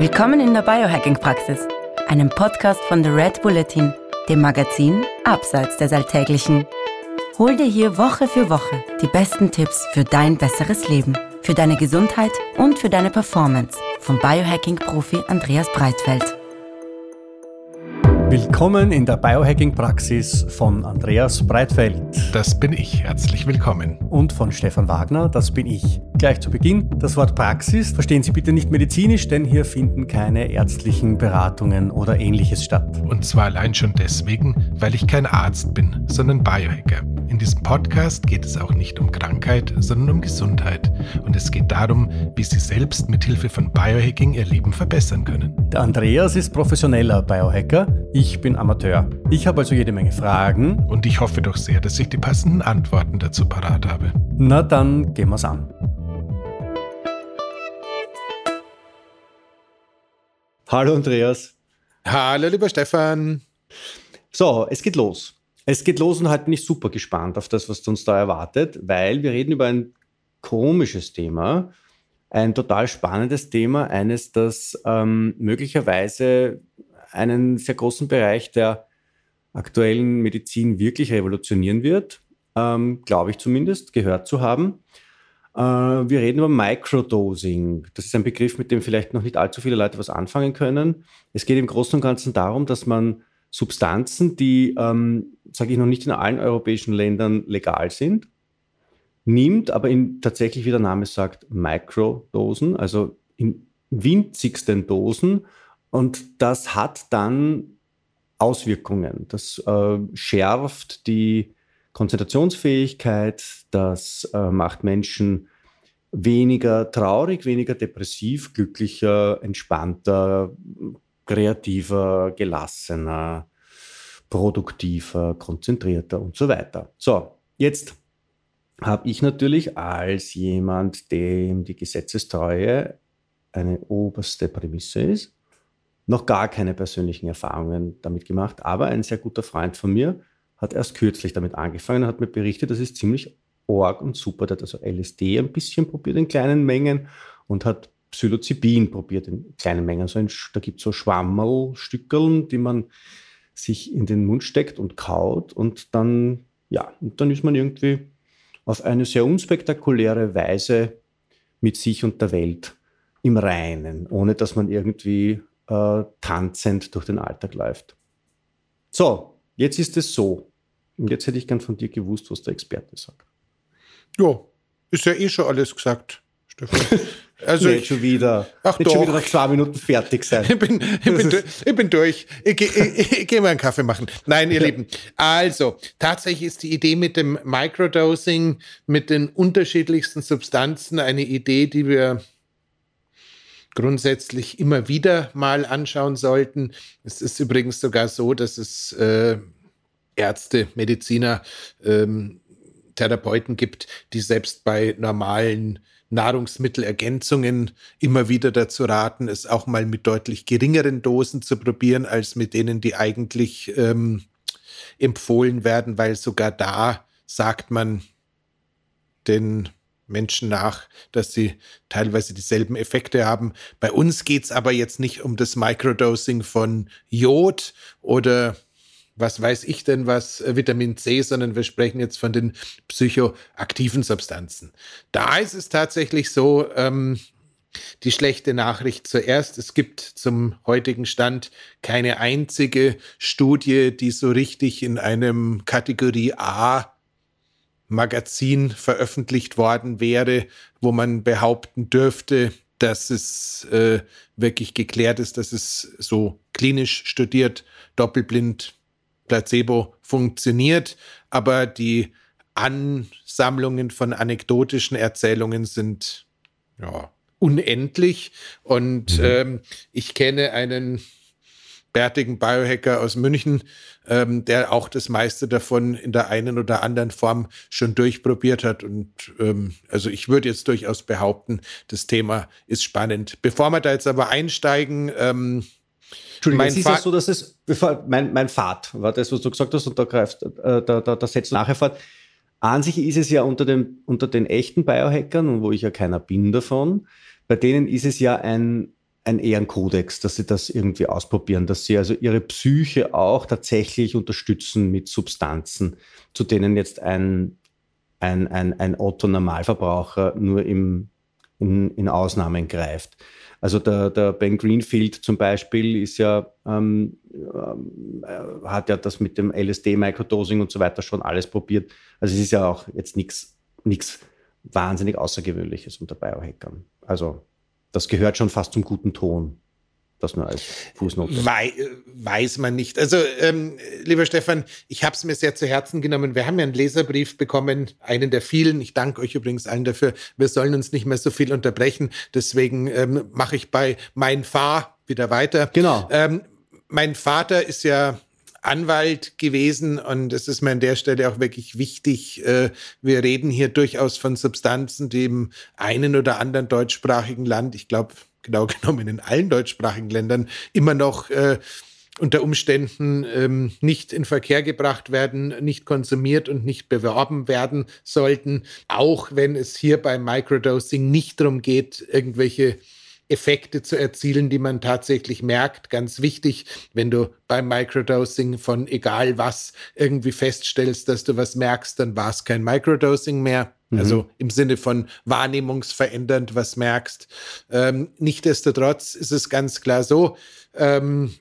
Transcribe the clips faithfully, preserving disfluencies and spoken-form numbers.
Willkommen in der Biohacking-Praxis, einem Podcast von The Red Bulletin, dem Magazin Abseits des Alltäglichen. Hol dir hier Woche für Woche die besten Tipps für dein besseres Leben, für deine Gesundheit und für deine Performance vom Biohacking-Profi Andreas Breitfeld. Willkommen in der Biohacking-Praxis von Andreas Breitfeld. Das bin ich. Herzlich willkommen. Und von Stefan Wagner. Das bin ich. Gleich zu Beginn, das Wort Praxis verstehen Sie bitte nicht medizinisch, denn hier finden keine ärztlichen Beratungen oder Ähnliches statt. Und zwar allein schon deswegen, weil ich kein Arzt bin, sondern Biohacker. In diesem Podcast geht es auch nicht um Krankheit, sondern um Gesundheit. Und es geht darum, wie Sie selbst mit Hilfe von Biohacking Ihr Leben verbessern können. Der Andreas ist professioneller Biohacker, ich bin Amateur. Ich habe also jede Menge Fragen. Und ich hoffe doch sehr, dass ich die passenden Antworten dazu parat habe. Na dann gehen wir's an. Hallo Andreas. Hallo lieber Stefan. So, es geht los. Es geht los und heute bin ich super gespannt auf das, was uns da erwartet, weil wir reden über ein komisches Thema, ein total spannendes Thema, eines, das ähm, möglicherweise einen sehr großen Bereich der aktuellen Medizin wirklich revolutionieren wird, ähm, glaube ich zumindest, gehört zu haben. Äh, wir reden über Microdosing. Das ist ein Begriff, mit dem vielleicht noch nicht allzu viele Leute was anfangen können. Es geht im Großen und Ganzen darum, dass man Substanzen, die, ähm, sage ich noch nicht in allen europäischen Ländern legal sind, nimmt, aber in tatsächlich, wie der Name sagt, Mikrodosen, also in winzigsten Dosen. Und das hat dann Auswirkungen. Das äh, schärft die Konzentrationsfähigkeit, das äh, macht Menschen weniger traurig, weniger depressiv, glücklicher, entspannter, kreativer, gelassener, produktiver, konzentrierter und so weiter. So, jetzt habe ich natürlich als jemand, dem die Gesetzestreue eine oberste Prämisse ist, noch gar keine persönlichen Erfahrungen damit gemacht, aber ein sehr guter Freund von mir hat erst kürzlich damit angefangen und hat mir berichtet, das ist ziemlich org und super. Der hat also L S D ein bisschen probiert in kleinen Mengen und hat Psilocybin probiert in kleinen Mengen. Also ein, da gibt es so Schwammerlstückeln, die man sich in den Mund steckt und kaut und dann, ja, und dann ist man irgendwie auf eine sehr unspektakuläre Weise mit sich und der Welt im Reinen, ohne dass man irgendwie äh, tanzend durch den Alltag läuft. So, jetzt ist es so. Und jetzt hätte ich gern von dir gewusst, was der Experte sagt. Ja, ist ja eh schon alles gesagt, Stefan. Also nicht schon wieder. Ach nicht doch. schon wieder nach zwei Minuten fertig sein. Ich bin, ich bin, durch, ich bin durch. Ich, ich, ich, ich gehe mal einen Kaffee machen. Nein, ihr Lieben. Also, tatsächlich ist die Idee mit dem Microdosing, mit den unterschiedlichsten Substanzen eine Idee, die wir grundsätzlich immer wieder mal anschauen sollten. Es ist übrigens sogar so, dass es äh, Ärzte, Mediziner, ähm, Therapeuten gibt, die selbst bei normalen Nahrungsmittelergänzungen immer wieder dazu raten, es auch mal mit deutlich geringeren Dosen zu probieren, als mit denen, die eigentlich ähm, empfohlen werden, weil sogar da sagt man den Menschen nach, dass sie teilweise dieselben Effekte haben. Bei uns geht es aber jetzt nicht um das Microdosing von Jod oder was weiß ich denn was, Vitamin C, sondern wir sprechen jetzt von den psychoaktiven Substanzen. Da ist es tatsächlich so, ähm, die schlechte Nachricht zuerst, es gibt zum heutigen Stand keine einzige Studie, die so richtig in einem Kategorie A Magazin veröffentlicht worden wäre, wo man behaupten dürfte, dass es äh, wirklich geklärt ist, dass es so klinisch studiert, doppelblind, Placebo funktioniert, aber die Ansammlungen von anekdotischen Erzählungen sind ja, unendlich. Und mhm. ähm, ich kenne einen bärtigen Biohacker aus München, ähm, der auch das meiste davon in der einen oder anderen Form schon durchprobiert hat. Und ähm, also ich würde jetzt durchaus behaupten, das Thema ist spannend. Bevor wir da jetzt aber einsteigen, ähm, Entschuldigung, mein es ist Fa- ja so, dass es, bevor, mein, mein Pfad war das, was du gesagt hast, und da greift, äh, da, da, da setzt nachher fort. An sich ist es ja unter, dem, unter den echten Biohackern, und wo ich ja keiner bin davon, bei denen ist es ja ein ein Ehrenkodex, dass sie das irgendwie ausprobieren, dass sie also ihre Psyche auch tatsächlich unterstützen mit Substanzen, zu denen jetzt ein, ein, ein, ein Otto-Normalverbraucher nur im, in, in Ausnahmen greift. Also der, der Ben Greenfield zum Beispiel ist ja, ähm, äh, hat ja das mit dem L S D-Microdosing und so weiter schon alles probiert. Also es ist ja auch jetzt nichts nichts wahnsinnig Außergewöhnliches unter Biohackern. Also das gehört schon fast zum guten Ton. Das nur als Fußnote. Wei- weiß man nicht. Also, ähm, lieber Stefan, ich habe es mir sehr zu Herzen genommen. Wir haben ja einen Leserbrief bekommen, einen der vielen. Ich danke euch übrigens allen dafür. Wir sollen uns nicht mehr so viel unterbrechen. Deswegen ähm, mache ich bei Mein Fa wieder weiter. Genau. Ähm, mein Vater ist ja Anwalt gewesen und es ist mir an der Stelle auch wirklich wichtig. Äh, wir reden hier durchaus von Substanzen, die im einen oder anderen deutschsprachigen Land, ich glaube, genau genommen in allen deutschsprachigen Ländern, immer noch äh, unter Umständen ähm, nicht in Verkehr gebracht werden, nicht konsumiert und nicht beworben werden sollten. Auch wenn es hier beim Microdosing nicht darum geht, irgendwelche Effekte zu erzielen, die man tatsächlich merkt. Ganz wichtig, wenn du beim Microdosing von egal was irgendwie feststellst, dass du was merkst, dann war es kein Microdosing mehr. Also im Sinne von wahrnehmungsverändernd was merkst. Ähm, nichtsdestotrotz ist es ganz klar so, ähm,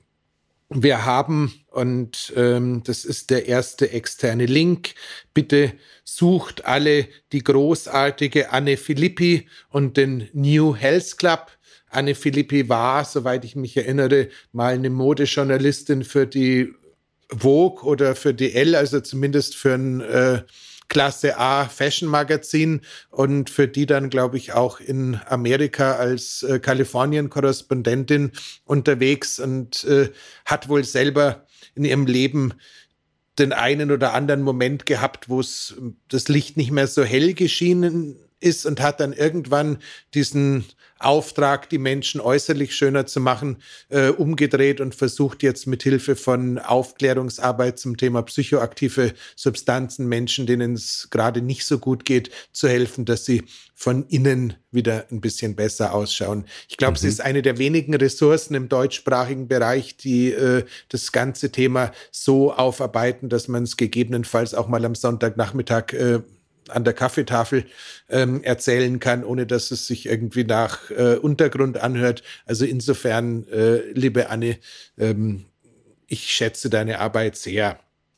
wir haben, und ähm, das ist der erste externe Link, bitte sucht alle die großartige Anne Philippi und den New Health Club. Anne Philippi war, soweit ich mich erinnere, mal eine Modejournalistin für die Vogue oder für D L, also zumindest für ein äh, Klasse A Fashion Magazin und für die dann, glaube ich, auch in Amerika als äh, Kalifornien-Korrespondentin unterwegs und äh, hat wohl selber in ihrem Leben den einen oder anderen Moment gehabt, wo es das Licht nicht mehr so hell geschienen ist und hat dann irgendwann diesen Auftrag, die Menschen äußerlich schöner zu machen, äh, umgedreht und versucht jetzt mit Hilfe von Aufklärungsarbeit zum Thema psychoaktive Substanzen Menschen, denen es gerade nicht so gut geht, zu helfen, dass sie von innen wieder ein bisschen besser ausschauen. Ich glaube, mhm. sie ist eine der wenigen Ressourcen im deutschsprachigen Bereich, die äh, das ganze Thema so aufarbeiten, dass man es gegebenenfalls auch mal am Sonntagnachmittag äh, an der Kaffeetafel ähm, erzählen kann, ohne dass es sich irgendwie nach äh, Untergrund anhört. Also insofern, äh, liebe Anne, ähm, ich schätze deine Arbeit sehr.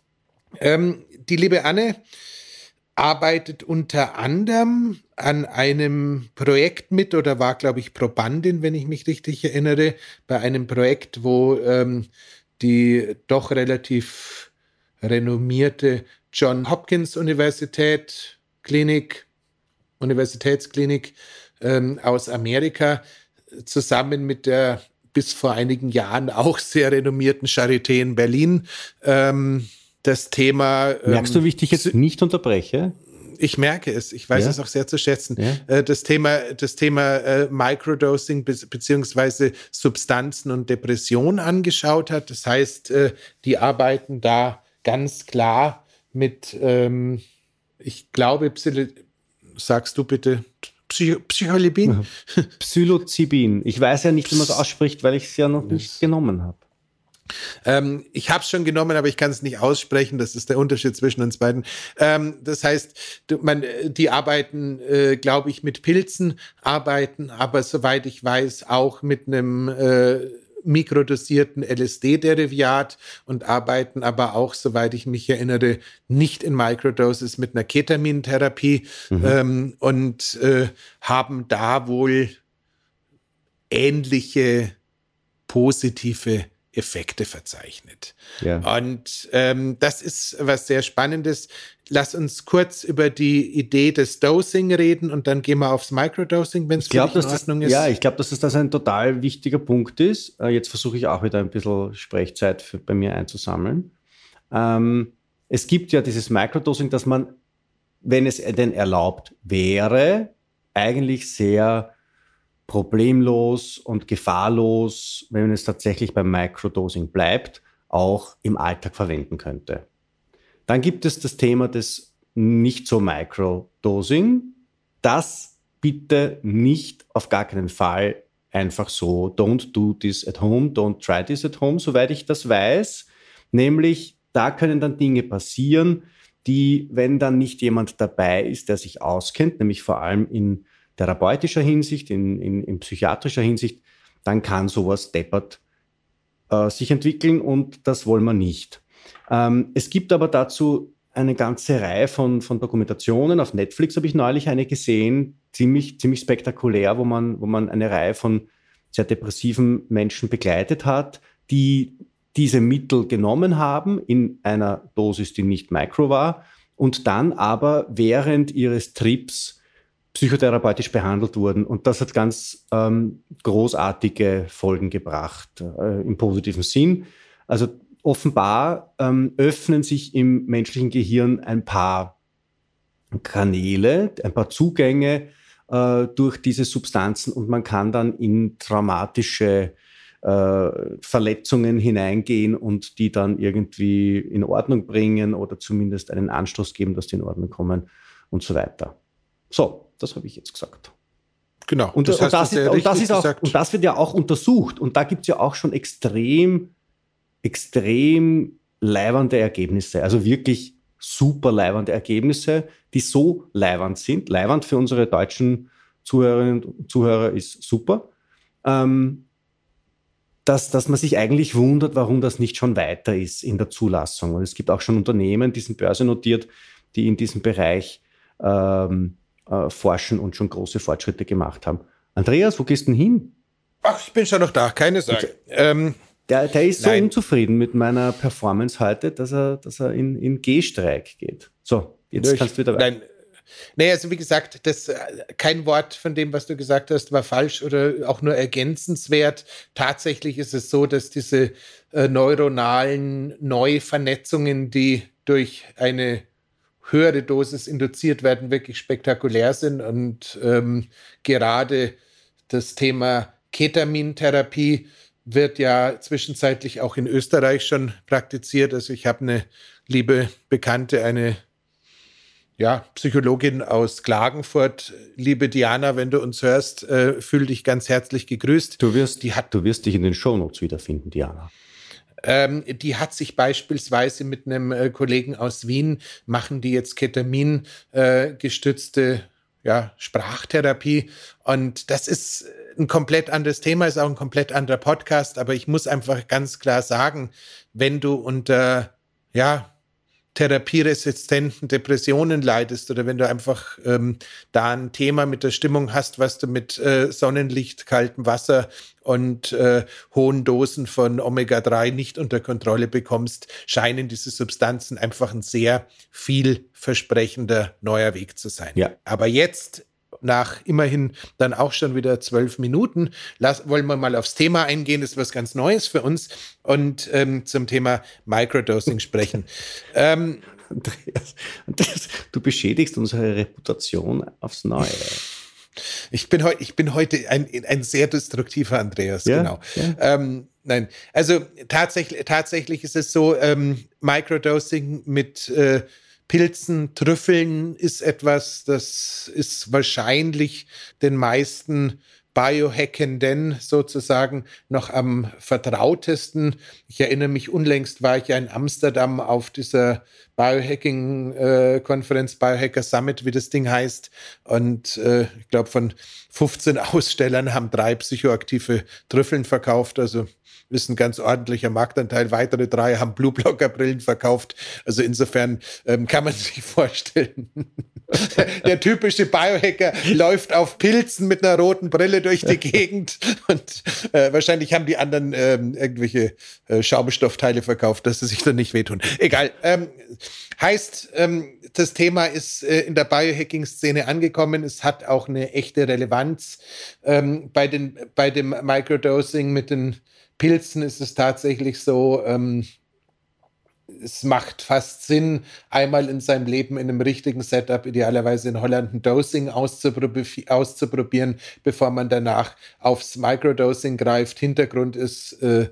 Ähm, die liebe Anne arbeitet unter anderem an einem Projekt mit oder war, glaube ich, Probandin, wenn ich mich richtig erinnere, bei einem Projekt, wo ähm, die doch relativ renommierte John Hopkins Universität, Klinik, Universitätsklinik ähm, aus Amerika zusammen mit der bis vor einigen Jahren auch sehr renommierten Charité in Berlin ähm, das Thema... Ähm, Merkst du, wie ich dich jetzt nicht unterbreche? Ich merke es, ich weiß ja? es auch sehr zu schätzen. Ja? Äh, das Thema, das Thema äh, Microdosing be- beziehungsweise Substanzen und Depression angeschaut hat. Das heißt, äh, die arbeiten da ganz klar mit, ähm, ich glaube, Psy- sagst du bitte, Psy- Psycholibin? Psilocybin. Ich weiß ja nicht, wie man es ausspricht, weil ich es ja noch nicht genommen habe. Ähm, ich habe es schon genommen, aber ich kann es nicht aussprechen. Das ist der Unterschied zwischen uns beiden. Ähm, das heißt, du, man, die arbeiten, äh, glaube ich, mit Pilzen, arbeiten aber, soweit ich weiß, auch mit einem äh, mikrodosierten L S D-Derivat und arbeiten aber auch, soweit ich mich erinnere, nicht in Microdoses mit einer Ketamintherapie mhm. ähm, und äh, haben da wohl ähnliche positive Effekte verzeichnet. Ja. Und ähm, das ist was sehr Spannendes. Lass uns kurz über die Idee des Dosing reden und dann gehen wir aufs Microdosing, wenn es für dich in Ordnung das, ist. Ja, ich glaube, dass das ein total wichtiger Punkt ist. Äh, jetzt versuche ich auch wieder ein bisschen Sprechzeit für, bei mir einzusammeln. Ähm, es gibt ja dieses Microdosing, dass man, wenn es denn erlaubt wäre, eigentlich sehr problemlos und gefahrlos, wenn es tatsächlich beim Microdosing bleibt, auch im Alltag verwenden könnte. Dann gibt es das Thema des Nicht-so-Microdosing. Das bitte nicht auf gar keinen Fall einfach so. Don't do this at home, don't try this at home, soweit ich das weiß. Nämlich, da können dann Dinge passieren, die, wenn dann nicht jemand dabei ist, der sich auskennt, nämlich vor allem in therapeutischer Hinsicht, in, in, in psychiatrischer Hinsicht, dann kann sowas deppert äh, sich entwickeln und das wollen wir nicht. Ähm, es gibt aber dazu eine ganze Reihe von, von Dokumentationen. Auf Netflix habe ich neulich eine gesehen, ziemlich, ziemlich spektakulär, wo man, wo man eine Reihe von sehr depressiven Menschen begleitet hat, die diese Mittel genommen haben in einer Dosis, die nicht Micro war und dann aber während ihres Trips psychotherapeutisch behandelt wurden. Und das hat ganz ähm, großartige Folgen gebracht, äh, im positiven Sinn. Also offenbar ähm, öffnen sich im menschlichen Gehirn ein paar Kanäle, ein paar Zugänge äh, durch diese Substanzen und man kann dann in traumatische äh, Verletzungen hineingehen und die dann irgendwie in Ordnung bringen oder zumindest einen Anstoß geben, dass die in Ordnung kommen und so weiter. So, das habe ich jetzt gesagt. Genau. Und das, und das, ist, und das, ist auch, und das wird ja auch untersucht und da gibt es ja auch schon extrem extrem leibernde Ergebnisse, also wirklich super leibernde Ergebnisse, die so leibernd sind. Leibernd für unsere deutschen Zuhörerinnen und Zuhörer ist super, ähm, dass, dass man sich eigentlich wundert, warum das nicht schon weiter ist in der Zulassung. Und es gibt auch schon Unternehmen, die sind börsennotiert, die in diesem Bereich ähm, äh, forschen und schon große Fortschritte gemacht haben. Andreas, wo gehst du denn hin? Ach, ich bin schon noch da, keine Sorge. Ähm, Der, der ist so Nein. unzufrieden mit meiner Performance heute, dass er, dass er in, in Gehstreik geht. So, jetzt ich, kannst du wieder weiter. Nein. Nee, also wie gesagt, das, kein Wort von dem, was du gesagt hast, war falsch oder auch nur ergänzenswert. Tatsächlich ist es so, dass diese äh, neuronalen Neuvernetzungen, die durch eine höhere Dosis induziert werden, wirklich spektakulär sind. Und ähm, gerade das Thema Ketamintherapie wird ja zwischenzeitlich auch in Österreich schon praktiziert. Also ich habe eine liebe Bekannte, eine ja, Psychologin aus Klagenfurt. Liebe Diana, wenn du uns hörst, äh, fühl dich ganz herzlich gegrüßt. Du wirst, die hat, du wirst dich in den Shownotes wiederfinden, Diana. Ähm, die hat sich beispielsweise mit einem äh, Kollegen aus Wien, machen die jetzt Ketamin äh, gestützte ja, Sprachtherapie. Und das ist ein komplett anderes Thema, ist auch ein komplett anderer Podcast. Aber ich muss einfach ganz klar sagen, wenn du unter ja, therapieresistenten Depressionen leidest oder wenn du einfach ähm, da ein Thema mit der Stimmung hast, was du mit äh, Sonnenlicht, kaltem Wasser und äh, hohen Dosen von Omega drei nicht unter Kontrolle bekommst, scheinen diese Substanzen einfach ein sehr vielversprechender neuer Weg zu sein. Ja. Aber jetzt, nach immerhin dann auch schon wieder zwölf Minuten, lass, wollen wir mal aufs Thema eingehen. Das ist was ganz Neues für uns und ähm, zum Thema Microdosing sprechen. ähm, Andreas, Andreas, du beschädigst unsere Reputation aufs Neue. Ich bin, heu, ich bin heute ein, ein sehr destruktiver Andreas, ja, genau. Ja. Ähm, nein, also tatsächlich, tatsächlich ist es so, ähm, Microdosing mit äh, Pilzen, Trüffeln ist etwas, das ist wahrscheinlich den meisten Biohackenden sozusagen noch am vertrautesten. Ich erinnere mich, unlängst war ich ja in Amsterdam auf dieser Biohacking-Konferenz, äh, Biohacker Summit, wie das Ding heißt. Und äh, ich glaube, von fünfzehn Ausstellern haben drei psychoaktive Trüffeln verkauft. Also ist ein ganz ordentlicher Marktanteil. Weitere drei haben Blueblocker-Brillen verkauft. Also insofern ähm, kann man sich vorstellen, der typische Biohacker läuft auf Pilzen mit einer roten Brille durch die Gegend und äh, wahrscheinlich haben die anderen ähm, irgendwelche äh, Schaumstoffteile verkauft, dass sie sich dann nicht wehtun. Egal. Ähm, heißt, ähm, das Thema ist äh, in der Biohacking-Szene angekommen. Es hat auch eine echte Relevanz. Ähm, bei, den, bei dem Microdosing mit den Pilzen ist es tatsächlich so, ähm, es macht fast Sinn, einmal in seinem Leben in einem richtigen Setup, idealerweise in Holland, ein Dosing auszuprobi- auszuprobieren, bevor man danach aufs Microdosing greift. Hintergrund ist, äh,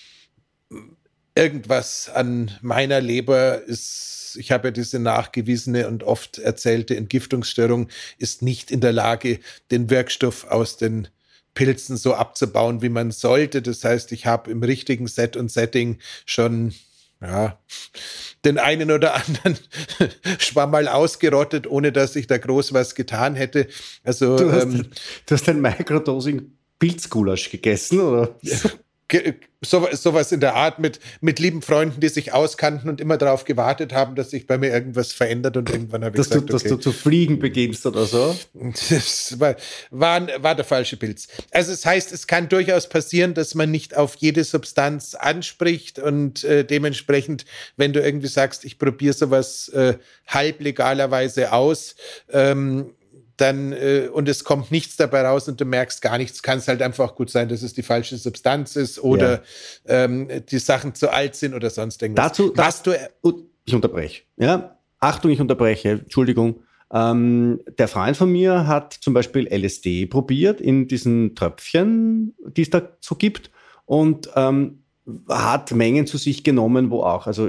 irgendwas an meiner Leber ist, ich habe ja diese nachgewiesene und oft erzählte Entgiftungsstörung, ist nicht in der Lage, den Wirkstoff aus den Pilzen so abzubauen, wie man sollte. Das heißt, ich habe im richtigen Set und Setting schon ja, den einen oder anderen Schwamm mal ausgerottet, ohne dass ich da groß was getan hätte. Also Du hast, ähm, du hast ein Microdosing-Pilzgulasch gegessen, oder? ge- so, sowas in der Art mit, mit lieben Freunden, die sich auskannten und immer darauf gewartet haben, dass sich bei mir irgendwas verändert, und irgendwann habe ich Dass, gesagt, du, dass okay. du zu fliegen beginnst oder so? Das war, war, war der falsche Pilz. Also es heißt, es kann durchaus passieren, dass man nicht auf jede Substanz anspricht, und äh, dementsprechend, wenn du irgendwie sagst, ich probiere sowas äh, halblegalerweise aus, ähm, dann äh, und es kommt nichts dabei raus und du merkst gar nichts, kann es halt einfach gut sein, dass es die falsche Substanz ist oder ja. ähm, die Sachen zu alt sind oder sonst irgendwas. Dazu, Was du, ich unterbreche. Ja? Achtung, ich unterbreche. Entschuldigung. Ähm, der Freund von mir hat zum Beispiel L S D probiert in diesen Tröpfchen, die es da so gibt, und ähm, hat Mengen zu sich genommen, wo auch, also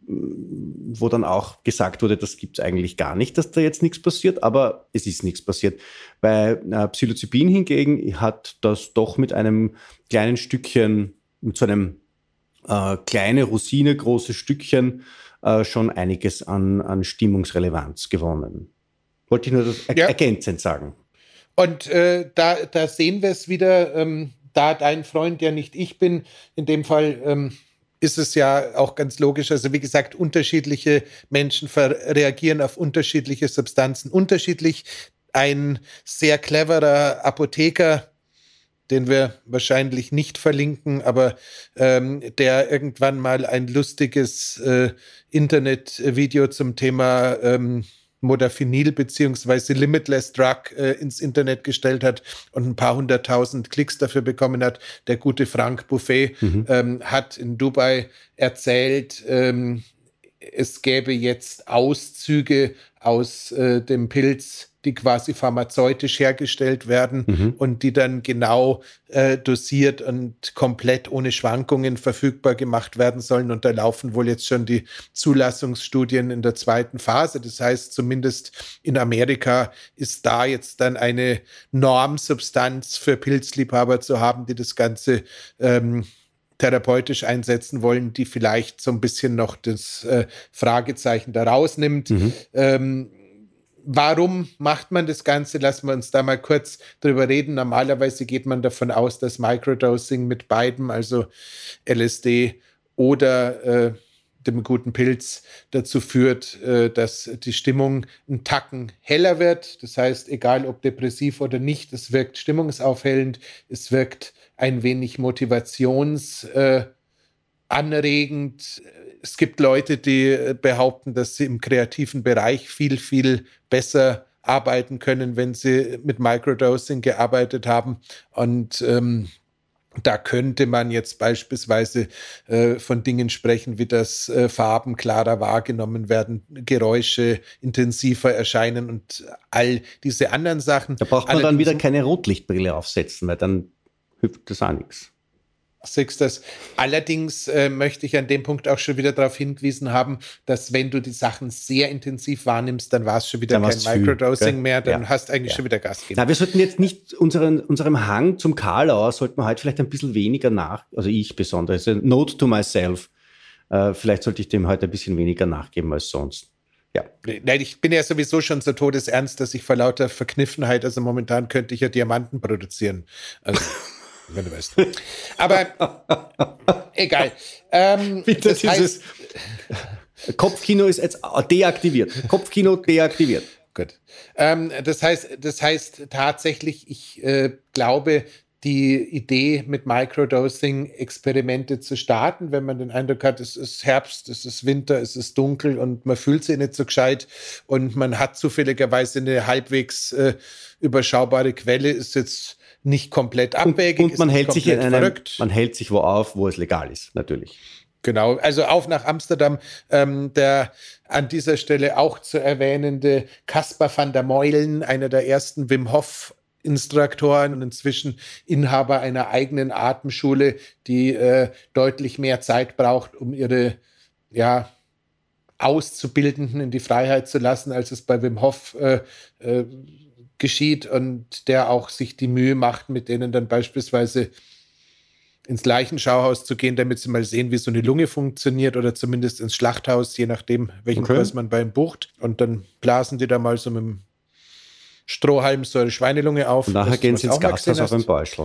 wo dann auch gesagt wurde, das gibt es eigentlich gar nicht, dass da jetzt nichts passiert, aber es ist nichts passiert. Bei äh, Psilocybin hingegen hat das doch mit einem kleinen Stückchen, mit so einem äh, kleine Rosine, großes Stückchen, äh, schon einiges an, an Stimmungsrelevanz gewonnen. Wollte ich nur das er- ja. ergänzend sagen. Und äh, da, da sehen wir es wieder, ähm, da dein Freund ja nicht ich bin, in dem Fall ähm, ist es ja auch ganz logisch. Also wie gesagt, unterschiedliche Menschen reagieren auf unterschiedliche Substanzen unterschiedlich. Ein sehr cleverer Apotheker, den wir wahrscheinlich nicht verlinken, aber ähm, der irgendwann mal ein lustiges äh, Internetvideo zum Thema ähm, Modafinil beziehungsweise Limitless Drug äh, ins Internet gestellt hat und ein paar hunderttausend Klicks dafür bekommen hat. Der gute Frank Buffet mhm. ähm, hat in Dubai erzählt, ähm, es gäbe jetzt Auszüge aus äh, dem Pilz, die quasi pharmazeutisch hergestellt werden mhm. und die dann genau äh, dosiert und komplett ohne Schwankungen verfügbar gemacht werden sollen. Und da laufen wohl jetzt schon die Zulassungsstudien in der zweiten Phase. Das heißt, zumindest in Amerika ist da jetzt dann eine Normsubstanz für Pilzliebhaber zu haben, die das Ganze ähm, therapeutisch einsetzen wollen, die vielleicht so ein bisschen noch das äh, Fragezeichen da rausnimmt. Mhm. Ähm, Warum macht man das Ganze? Lassen wir uns da mal kurz drüber reden. Normalerweise geht man davon aus, dass Microdosing mit beidem, also L S D oder äh, dem guten Pilz, dazu führt, äh, dass die Stimmung einen Tacken heller wird. Das heißt, egal ob depressiv oder nicht, es wirkt stimmungsaufhellend, es wirkt ein wenig motivationsanregend. Äh, Es gibt Leute, die behaupten, dass sie im kreativen Bereich viel, viel besser arbeiten können, wenn sie mit Microdosing gearbeitet haben. Und ähm, da könnte man jetzt beispielsweise äh, von Dingen sprechen, wie dass äh, Farben klarer wahrgenommen werden, Geräusche intensiver erscheinen und all diese anderen Sachen. Da braucht man Allerdings dann wieder keine Rotlichtbrille aufsetzen, weil dann hilft das auch nichts. Das. Allerdings äh, möchte ich an dem Punkt auch schon wieder darauf hingewiesen haben, dass wenn du die Sachen sehr intensiv wahrnimmst, dann war es schon wieder dann kein Microdosing viel, mehr, dann ja, hast eigentlich ja. schon wieder Gas gegeben. Na, wir sollten jetzt nicht unseren, unserem Hang zum Karlauer, sollten wir heute vielleicht ein bisschen weniger nach, also ich besonders, also Note to myself, äh, vielleicht sollte ich dem heute ein bisschen weniger nachgeben als sonst. Ja. Nein, ich bin ja sowieso schon so todesernst, dass ich vor lauter Verkniffenheit, also momentan könnte ich ja Diamanten produzieren. Also wenn du weißt. Aber egal. Ähm, Bitte, das heißt, Kopfkino ist jetzt deaktiviert. Kopfkino deaktiviert. Gut. Ähm, das heißt, das heißt tatsächlich, ich äh, glaube, die Idee mit Microdosing Experimente zu starten, wenn man den Eindruck hat, es ist Herbst, es ist Winter, es ist dunkel und man fühlt sich nicht so gescheit und man hat zufälligerweise eine halbwegs äh, überschaubare Quelle, ist jetzt nicht komplett abwegig. Und, und man hält sich in einem, man hält sich wo auf, wo es legal ist, natürlich. Genau, also auf nach Amsterdam, ähm, der an dieser Stelle auch zu erwähnende Caspar van der Meulen, einer der ersten Wim Hof Instruktoren und inzwischen Inhaber einer eigenen Atemschule, die äh, deutlich mehr Zeit braucht, um ihre ja, Auszubildenden in die Freiheit zu lassen, als es bei Wim Hof äh, äh, geschieht und der auch sich die Mühe macht, mit denen dann beispielsweise ins Leichenschauhaus zu gehen, damit sie mal sehen, wie so eine Lunge funktioniert oder zumindest ins Schlachthaus, je nachdem, welchen Okay. Kurs man bei ihm bucht. Und dann blasen die da mal so mit dem Strohhalm so eine Schweinelunge auf. Und nachher dass du gehen was sie ins auch mal Gasthaus gesehen auf ein hast. Beuschel.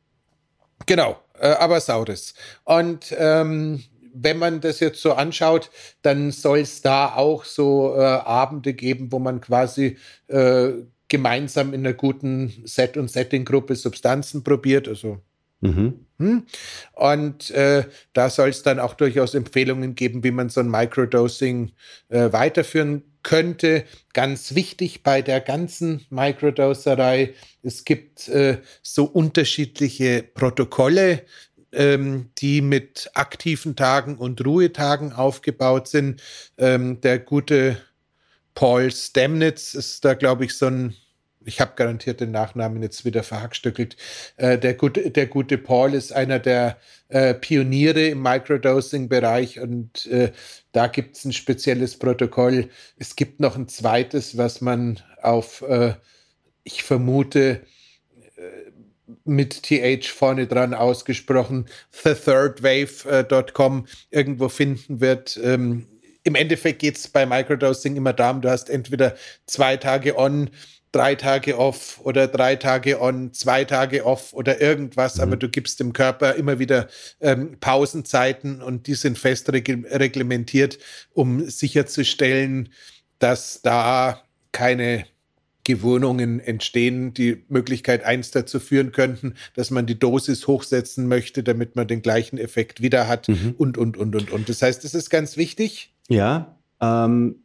Genau, äh, aber saures. Und ähm, wenn man das jetzt so anschaut, dann soll es da auch so äh, Abende geben, wo man quasi äh, gemeinsam in einer guten Set- und Setting-Gruppe Substanzen probiert. Also Mhm. hm? Und äh, da soll es dann auch durchaus Empfehlungen geben, wie man so ein Microdosing äh, weiterführen könnte. Ganz wichtig bei der ganzen Microdoserei, es gibt äh, so unterschiedliche Protokolle, ähm, die mit aktiven Tagen und Ruhetagen aufgebaut sind. Ähm, der gute Paul Stamnitz ist da, glaube ich, so ein, ich habe garantiert den Nachnamen jetzt wieder verhackstückelt. Äh, der, gute, der gute Paul ist einer der äh, Pioniere im Microdosing-Bereich und äh, da gibt es ein spezielles Protokoll. Es gibt noch ein zweites, was man auf, äh, ich vermute, äh, mit T H vorne dran ausgesprochen, the third wave dot com irgendwo finden wird. Ähm, Im Endeffekt geht es bei Microdosing immer darum, du hast entweder zwei Tage on, drei Tage off oder drei Tage on, zwei Tage off oder irgendwas, mhm. aber du gibst dem Körper immer wieder ähm, Pausenzeiten und die sind fest reg- reglementiert, um sicherzustellen, dass da keine Gewöhnungen entstehen, die Möglichkeit eins dazu führen könnten, dass man die Dosis hochsetzen möchte, damit man den gleichen Effekt wieder hat mhm. und, und, und, und, und. Das heißt, das ist ganz wichtig. Ja, ähm,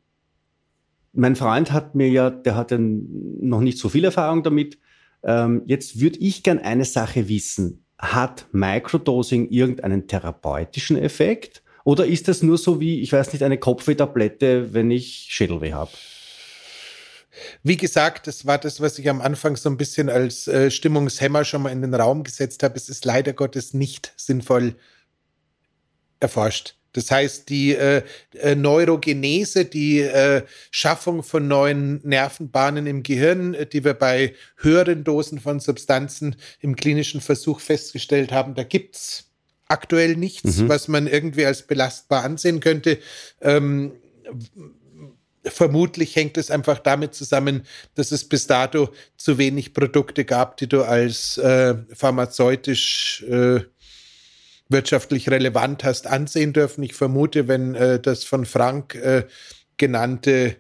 mein Freund hat mir ja, der hatte noch nicht so viel Erfahrung damit. Ähm, jetzt würde ich gern eine Sache wissen. Hat Microdosing irgendeinen therapeutischen Effekt? Oder ist das nur so wie, ich weiß nicht, eine Kopfweh-Tablette, wenn ich Schädelweh habe? Wie gesagt, das war das, was ich am Anfang so ein bisschen als äh, Stimmungshemmer schon mal in den Raum gesetzt habe. Es ist leider Gottes nicht sinnvoll erforscht. Das heißt, die äh, äh, Neurogenese, die äh, Schaffung von neuen Nervenbahnen im Gehirn, äh, die wir bei höheren Dosen von Substanzen im klinischen Versuch festgestellt haben, da gibt's aktuell nichts, mhm. was man irgendwie als belastbar ansehen könnte. Ähm, Vermutlich hängt es einfach damit zusammen, dass es bis dato zu wenig Produkte gab, die du als äh, pharmazeutisch äh, wirtschaftlich relevant hast ansehen dürfen. Ich vermute, wenn äh, das von Frank äh, genannte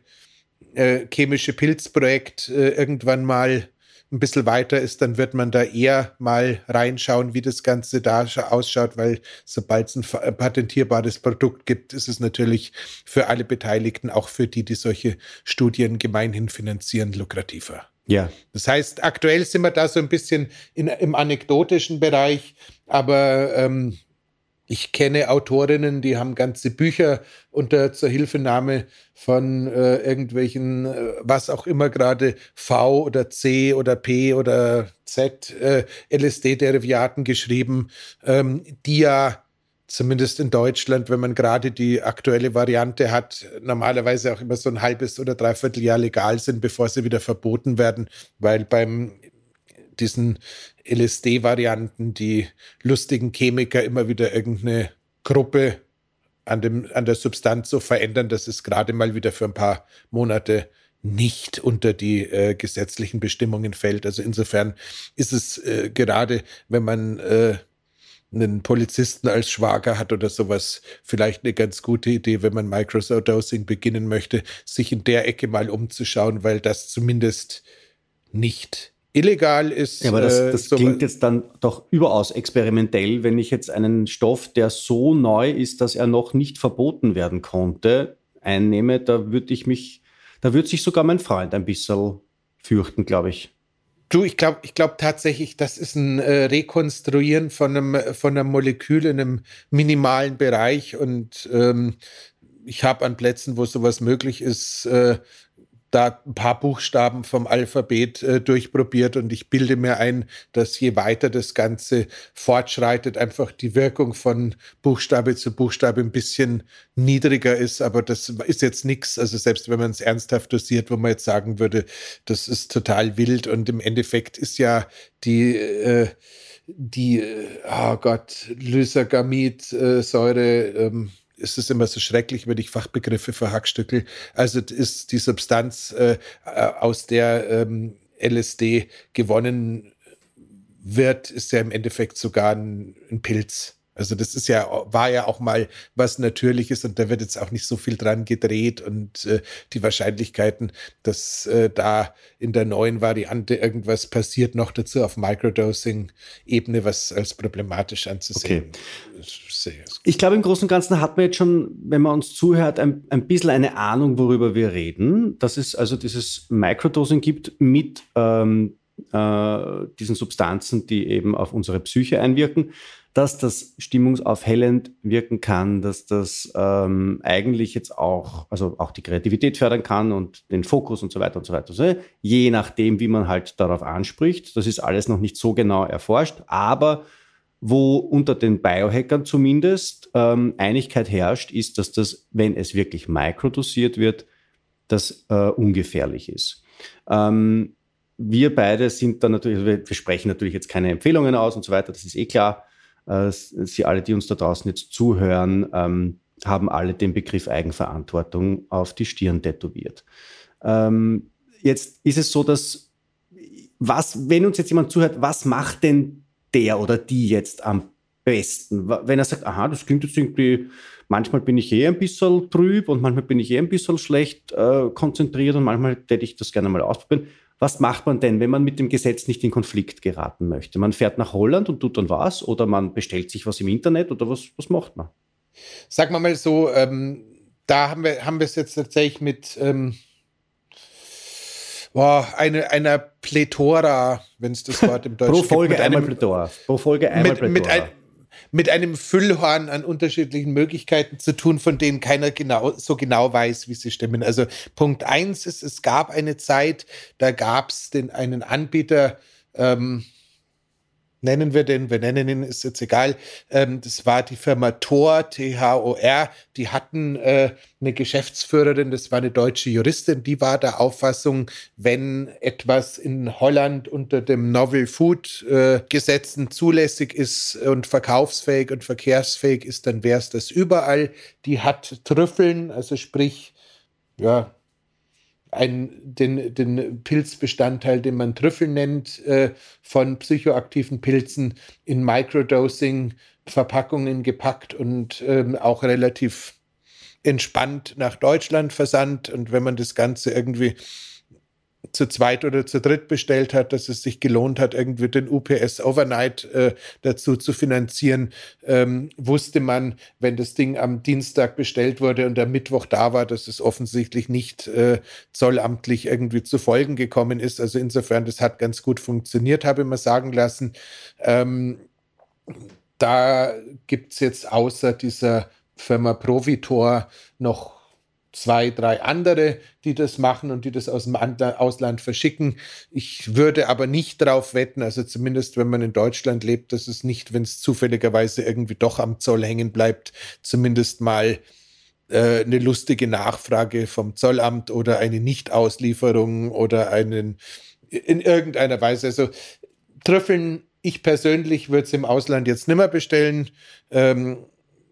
äh, chemische Pilzprojekt äh, irgendwann mal ein bisschen weiter ist, dann wird man da eher mal reinschauen, wie das Ganze da ausschaut, weil sobald es ein patentierbares Produkt gibt, ist es natürlich für alle Beteiligten, auch für die, die solche Studien gemeinhin finanzieren, lukrativer. Ja. Das heißt, aktuell sind wir da so ein bisschen in, im anekdotischen Bereich, aber ähm, ich kenne Autorinnen, die haben ganze Bücher unter Zuhilfenahme von äh, irgendwelchen, äh, was auch immer gerade, V oder C oder P oder Z, äh, L S D-Derivaten geschrieben, ähm, die ja zumindest in Deutschland, wenn man gerade die aktuelle Variante hat, normalerweise auch immer so ein halbes oder dreiviertel Jahr legal sind, bevor sie wieder verboten werden, weil beim diesen L S D-Varianten die lustigen Chemiker immer wieder irgendeine Gruppe an, dem, an der Substanz so verändern, dass es gerade mal wieder für ein paar Monate nicht unter die äh, gesetzlichen Bestimmungen fällt. Also insofern ist es äh, gerade, wenn man äh, einen Polizisten als Schwager hat oder sowas, vielleicht eine ganz gute Idee, wenn man Microdosing beginnen möchte, sich in der Ecke mal umzuschauen, weil das zumindest nicht illegal ist. Ja, aber das, das äh, so klingt jetzt dann doch überaus experimentell, wenn ich jetzt einen Stoff, der so neu ist, dass er noch nicht verboten werden konnte, einnehme, da würde ich mich, da würde sich sogar mein Freund ein bisschen fürchten, glaube ich. Du, ich glaube ich glaub tatsächlich, das ist ein äh, Rekonstruieren von einem, von einem Molekül in einem minimalen Bereich und ähm, ich habe an Plätzen, wo sowas möglich ist, äh, da ein paar Buchstaben vom Alphabet äh, durchprobiert und ich bilde mir ein, dass je weiter das Ganze fortschreitet, einfach die Wirkung von Buchstabe zu Buchstabe ein bisschen niedriger ist, aber das ist jetzt nichts, also selbst wenn man es ernsthaft dosiert, wo man jetzt sagen würde, das ist total wild und im Endeffekt ist ja die äh, die, oh Gott, Lysergamid-Säure, ähm, es ist immer so schrecklich, wenn ich Fachbegriffe verhackstückel. Also ist die Substanz, äh, aus der ähm, L S D gewonnen wird, ist ja im Endeffekt sogar ein, ein Pilz. Also das ist ja, war ja auch mal was Natürliches und da wird jetzt auch nicht so viel dran gedreht und äh, die Wahrscheinlichkeiten, dass äh, da in der neuen Variante irgendwas passiert, noch dazu auf Microdosing-Ebene, was als problematisch anzusehen ist. Okay. Ich glaube, im Großen und Ganzen hat man jetzt schon, wenn man uns zuhört, ein, ein bisschen eine Ahnung, worüber wir reden. Dass es also dieses Microdosing gibt mit ähm, äh, diesen Substanzen, die eben auf unsere Psyche einwirken, dass das stimmungsaufhellend wirken kann, dass das ähm, eigentlich jetzt auch, also auch die Kreativität fördern kann und den Fokus und so weiter und so weiter. So, je nachdem, wie man halt darauf anspricht. Das ist alles noch nicht so genau erforscht, aber wo unter den Biohackern zumindest ähm, Einigkeit herrscht, ist, dass das, wenn es wirklich mikrodosiert wird, das äh, ungefährlich ist. Ähm, wir beide sind da natürlich, wir, wir sprechen natürlich jetzt keine Empfehlungen aus und so weiter, das ist eh klar. Sie alle, die uns da draußen jetzt zuhören, ähm, haben alle den Begriff Eigenverantwortung auf die Stirn tätowiert. Ähm, jetzt ist es so, dass, was, wenn uns jetzt jemand zuhört, was macht denn der oder die jetzt am besten? Wenn er sagt, aha, das klingt jetzt irgendwie, manchmal bin ich eh ein bisschen trüb und manchmal bin ich eh ein bisschen schlecht äh, konzentriert und manchmal hätte ich das gerne mal ausprobieren. Was macht man denn, wenn man mit dem Gesetz nicht in Konflikt geraten möchte? Man fährt nach Holland und tut dann was? Oder man bestellt sich was im Internet? Oder was, was macht man? Sagen wir mal so, ähm, da haben wir haben wir es jetzt tatsächlich mit ähm, boah, eine, einer Plethora, wenn es das Wort im Deutschen Pro Folge gibt. einmal Plethora. Pro Folge einmal mit, Plethora. Mit, ein, mit einem Füllhorn an unterschiedlichen Möglichkeiten zu tun, von denen keiner genau, so genau weiß, wie sie stimmen. Also Punkt eins ist, es gab eine Zeit, da gab es einen Anbieter, ähm, nennen wir den, wir nennen ihn, ist jetzt egal, ähm, das war die Firma Thor, T H O R, die hatten äh, eine Geschäftsführerin, das war eine deutsche Juristin, die war der Auffassung, wenn etwas in Holland unter dem Novel Food äh, Gesetzen zulässig ist und verkaufsfähig und verkehrsfähig ist, dann wäre es das überall. Die hat Trüffeln, also sprich, ja, Ein, den, den Pilzbestandteil, den man Trüffel nennt, äh, von psychoaktiven Pilzen in Microdosing-Verpackungen gepackt und ähm, auch relativ entspannt nach Deutschland versandt. Und wenn man das Ganze irgendwie zu zweit oder zu dritt bestellt hat, dass es sich gelohnt hat, irgendwie den U P S Overnight äh, dazu zu finanzieren, ähm, wusste man, wenn das Ding am Dienstag bestellt wurde und am Mittwoch da war, dass es offensichtlich nicht äh, zollamtlich irgendwie zu Folgen gekommen ist. Also insofern, das hat ganz gut funktioniert, habe ich mir sagen lassen. Ähm, da gibt es jetzt außer dieser Firma Provitor noch zwei, drei andere, die das machen und die das aus dem Ausland verschicken. Ich würde aber nicht darauf wetten, also zumindest wenn man in Deutschland lebt, dass es nicht, wenn es zufälligerweise irgendwie doch am Zoll hängen bleibt, zumindest mal äh, eine lustige Nachfrage vom Zollamt oder eine Nichtauslieferung oder einen in irgendeiner Weise. Also Trüffeln, ich persönlich würde es im Ausland jetzt nicht mehr bestellen. Ähm,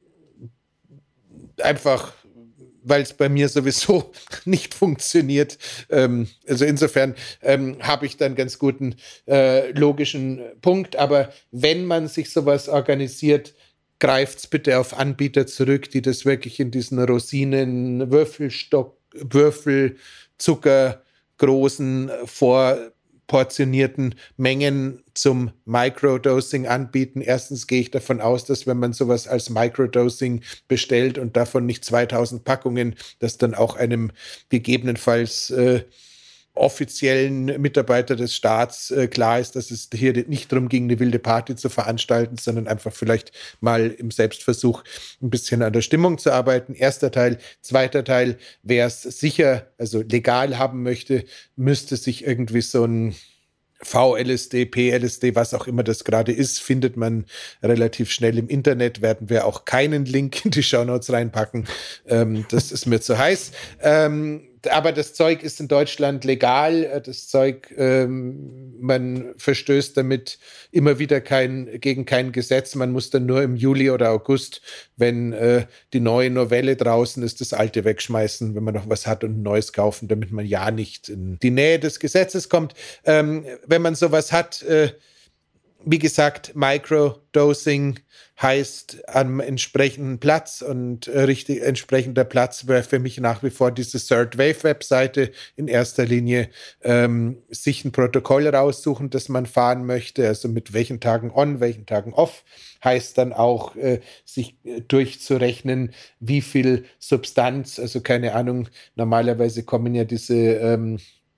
einfach weil es bei mir sowieso nicht funktioniert. Ähm, also insofern ähm, habe ich da einen ganz guten äh, logischen Punkt. Aber wenn man sich sowas organisiert, greift's bitte auf Anbieter zurück, die das wirklich in diesen Rosinen, Würfelstock, Würfelzucker großen vorportionierten Mengen zum Microdosing anbieten. Erstens gehe ich davon aus, dass wenn man sowas als Microdosing bestellt und davon nicht zweitausend Packungen, dass dann auch einem gegebenenfalls äh, offiziellen Mitarbeiter des Staats äh, klar ist, dass es hier nicht darum ging, eine wilde Party zu veranstalten, sondern einfach vielleicht mal im Selbstversuch ein bisschen an der Stimmung zu arbeiten. Erster Teil. Zweiter Teil, wer es sicher, also legal haben möchte, müsste sich irgendwie so ein V L S D, P L S D, was auch immer das gerade ist, findet man relativ schnell im Internet. Werden wir auch keinen Link in die Shownotes reinpacken. Ähm, das ist mir zu heiß. Ähm, aber das Zeug ist in Deutschland legal. Das Zeug, ähm, man verstößt damit immer wieder kein, gegen kein Gesetz. Man muss dann nur im Juli oder August, wenn äh, die neue Novelle draußen ist, das alte wegschmeißen, wenn man noch was hat und ein neues kaufen, damit man ja nicht in die Nähe des Gesetzes kommt. Ähm, wenn man sowas hat, äh, wie gesagt, Microdosing heißt am entsprechenden Platz und äh, richtig entsprechender Platz wäre für mich nach wie vor diese Third Wave Webseite in erster Linie, ähm, sich ein Protokoll raussuchen, das man fahren möchte, also mit welchen Tagen on, welchen Tagen off, heißt dann auch, äh, sich äh, durchzurechnen, wie viel Substanz, also keine Ahnung, normalerweise kommen ja diese ähm,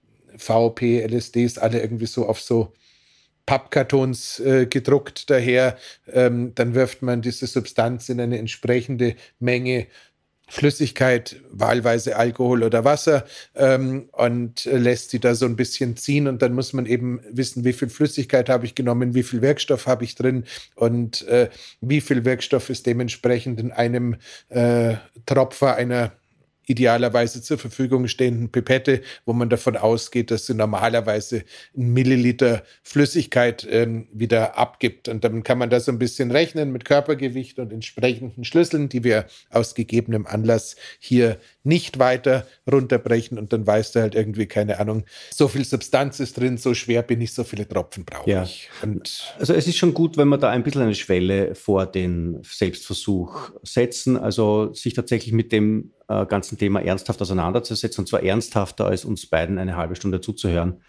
V P, L S Ds alle irgendwie so auf so Pappkartons äh, gedruckt daher, ähm, dann wirft man diese Substanz in eine entsprechende Menge Flüssigkeit, wahlweise Alkohol oder Wasser, ähm, und äh, lässt sie da so ein bisschen ziehen und dann muss man eben wissen, wie viel Flüssigkeit habe ich genommen, wie viel Wirkstoff habe ich drin und äh, wie viel Wirkstoff ist dementsprechend in einem äh, Tropfer einer idealerweise zur Verfügung stehenden Pipette, wo man davon ausgeht, dass sie normalerweise einen Milliliter Flüssigkeit ähm, wieder abgibt. Und dann kann man da so ein bisschen rechnen mit Körpergewicht und entsprechenden Schlüsseln, die wir aus gegebenem Anlass hier nicht weiter runterbrechen. Und dann weißt du halt irgendwie, keine Ahnung, so viel Substanz ist drin, so schwer bin ich, so viele Tropfen brauche ja. ich. Und also es ist schon gut, wenn wir da ein bisschen eine Schwelle vor den Selbstversuch setzen, also sich tatsächlich mit dem äh, ganzen Thema ernsthaft auseinanderzusetzen, und zwar ernsthafter als uns beiden eine halbe Stunde zuzuhören,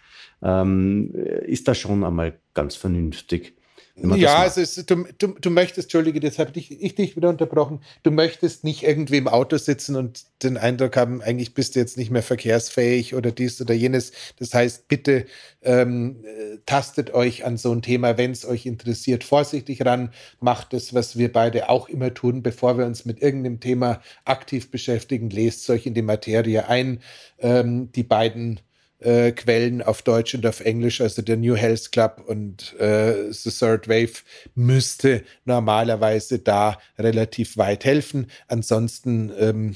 ähm, ist das schon einmal ganz vernünftig. Ja, also es, du, du, du möchtest, Entschuldige, jetzt habe ich, ich dich wieder unterbrochen, du möchtest nicht irgendwie im Auto sitzen und den Eindruck haben, eigentlich bist du jetzt nicht mehr verkehrsfähig oder dies oder jenes. Das heißt, bitte ähm, tastet euch an so ein Thema, wenn es euch interessiert, vorsichtig ran, macht das, was wir beide auch immer tun, bevor wir uns mit irgendeinem Thema aktiv beschäftigen, lest euch in die Materie ein. Ähm, die beiden Äh, Quellen auf Deutsch und auf Englisch, also der New Health Club und äh, The Third Wave, müsste normalerweise da relativ weit helfen. Ansonsten ähm,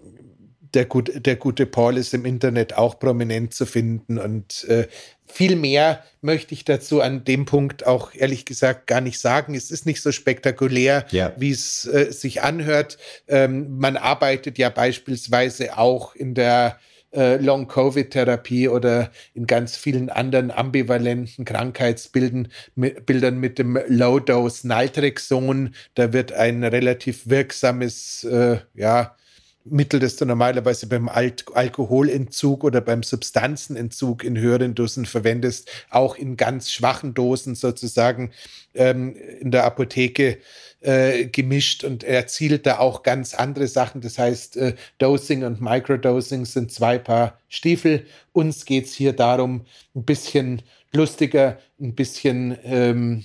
der, gut, der gute Paul ist im Internet auch prominent zu finden und äh, viel mehr möchte ich dazu an dem Punkt auch ehrlich gesagt gar nicht sagen. Es ist nicht so spektakulär, ja, wie es äh, sich anhört. Ähm, man arbeitet ja beispielsweise auch in der Long-Covid-Therapie oder in ganz vielen anderen ambivalenten Krankheitsbildern mit, Bildern mit dem Low-Dose Naltrexon. Da wird ein relativ wirksames äh, ja, Mittel, das du normalerweise beim Al- Alkoholentzug oder beim Substanzenentzug in höheren Dosen verwendest, auch in ganz schwachen Dosen sozusagen ähm, in der Apotheke Äh, gemischt und erzielt da auch ganz andere Sachen. Das heißt, äh, Dosing und Microdosing sind zwei Paar Stiefel. Uns geht es hier darum, ein bisschen lustiger, ein bisschen ähm,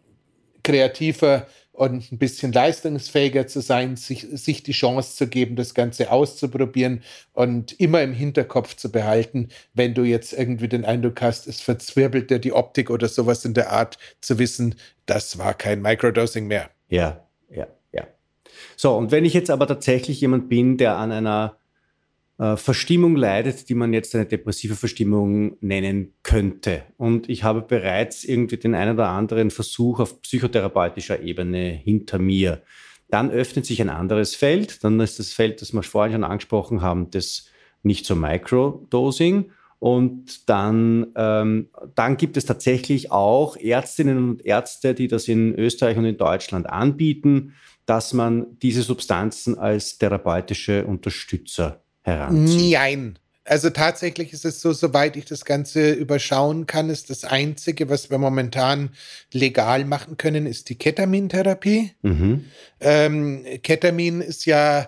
kreativer und ein bisschen leistungsfähiger zu sein, sich, sich die Chance zu geben, das Ganze auszuprobieren und immer im Hinterkopf zu behalten, wenn du jetzt irgendwie den Eindruck hast, es verzwirbelt dir die Optik oder sowas in der Art, zu wissen, das war kein Microdosing mehr. Ja, ja, ja. So, und wenn ich jetzt aber tatsächlich jemand bin, der an einer äh, Verstimmung leidet, die man jetzt eine depressive Verstimmung nennen könnte, und ich habe bereits irgendwie den einen oder anderen Versuch auf psychotherapeutischer Ebene hinter mir, dann öffnet sich ein anderes Feld. Dann ist das Feld, das wir vorhin schon angesprochen haben, das nicht so Microdosing. Und dann, ähm, dann gibt es tatsächlich auch Ärztinnen und Ärzte, die das in Österreich und in Deutschland anbieten, dass man diese Substanzen als therapeutische Unterstützer heranzieht. Nein. Also tatsächlich ist es so, soweit ich das Ganze überschauen kann, ist das Einzige, was wir momentan legal machen können, ist die Ketamintherapie. Mhm. Ähm, Ketamin ist ja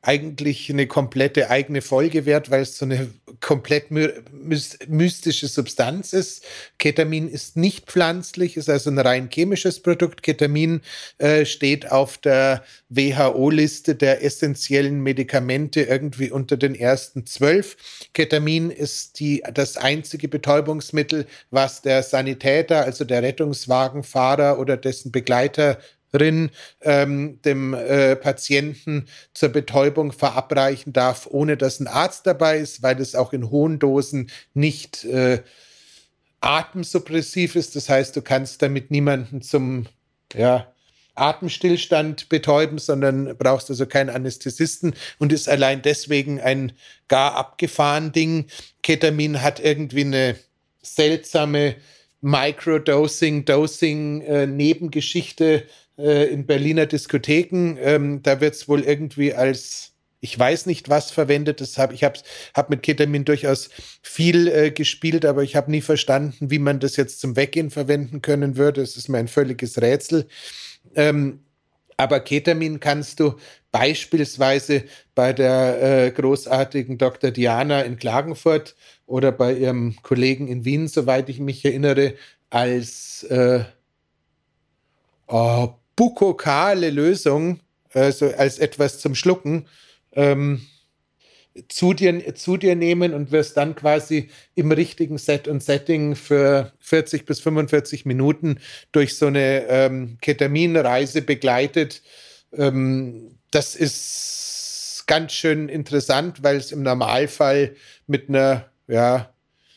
eigentlich eine komplette eigene Folge wert, weil es so eine komplett my- mystische Substanz ist. Ketamin ist nicht pflanzlich, ist also ein rein chemisches Produkt. Ketamin äh, steht auf der W H O-Liste der essentiellen Medikamente irgendwie unter den ersten zwölf. Ketamin ist die, das einzige Betäubungsmittel, was der Sanitäter, also der Rettungswagenfahrer oder dessen Begleiter Ähm, dem äh, Patienten zur Betäubung verabreichen darf, ohne dass ein Arzt dabei ist, weil es auch in hohen Dosen nicht äh, atemsuppressiv ist. Das heißt, du kannst damit niemanden zum ja, Atemstillstand betäuben, sondern brauchst also keinen Anästhesisten und ist allein deswegen ein gar abgefahren Ding. Ketamin hat irgendwie eine seltsame Microdosing, Dosing, äh, Nebengeschichte äh, in Berliner Diskotheken. Ähm, da wird es wohl irgendwie als, ich weiß nicht was verwendet. Das hab, ich habe hab mit Ketamin durchaus viel äh, gespielt, aber ich habe nie verstanden, wie man das jetzt zum Weggehen verwenden können würde. Das ist mir ein völliges Rätsel. Ähm, aber Ketamin kannst du beispielsweise bei der äh, großartigen Doktor Diana in Klagenfurt oder bei ihrem Kollegen in Wien, soweit ich mich erinnere, als äh, oh, bukokale Lösung, also als etwas zum Schlucken, ähm, zu dir, zu dir nehmen und wirst dann quasi im richtigen Set und Setting für vierzig bis fünfundvierzig Minuten durch so eine ähm, Ketaminreise begleitet. Ähm, das ist ganz schön interessant, weil es im Normalfall mit einer ja,